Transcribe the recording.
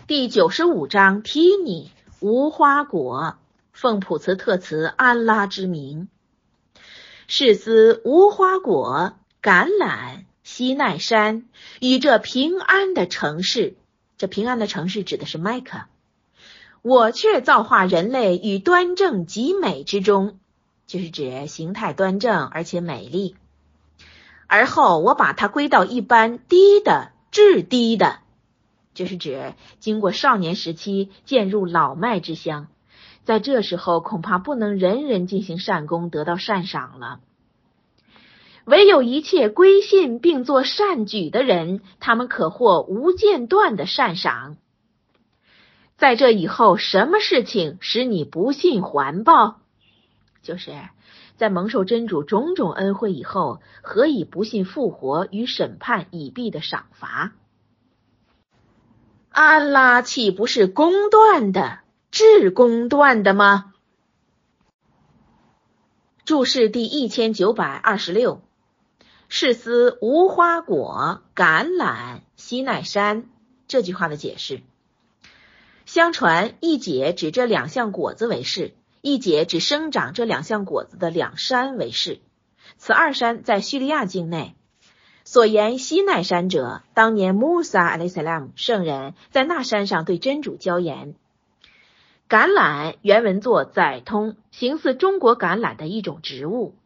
第95章提尼无花果，奉普茨特茨安拉之名。是思无花果、橄榄、西奈山与这平安的城市，这平安的城市指的是麦克。我却造化人类与端正极美之中，就是指形态端正而且美丽。而后我把它归到一般低的、至低的，就是指经过少年时期渐入老迈之乡，在这时候恐怕不能人人进行善功得到善赏了。唯有一切归信并做善举的人，他们可获无间断的善赏。在这以后，什么事情使你不信还报？就是在蒙受真主种种恩惠以后，何以不信复活与审判已毕的赏罚？安拉岂不是公断的、至公断的吗？注释第1926，是思无花果、橄榄、西奈山这句话的解释。相传一解指这两项果子为是，一解指生长这两项果子的两山为是。此二山在叙利亚境内。所言西奈山者，当年穆萨阿莱塞拉姆圣人在那山上对真主教言。橄榄原文作载通，形似中国橄榄的一种植物。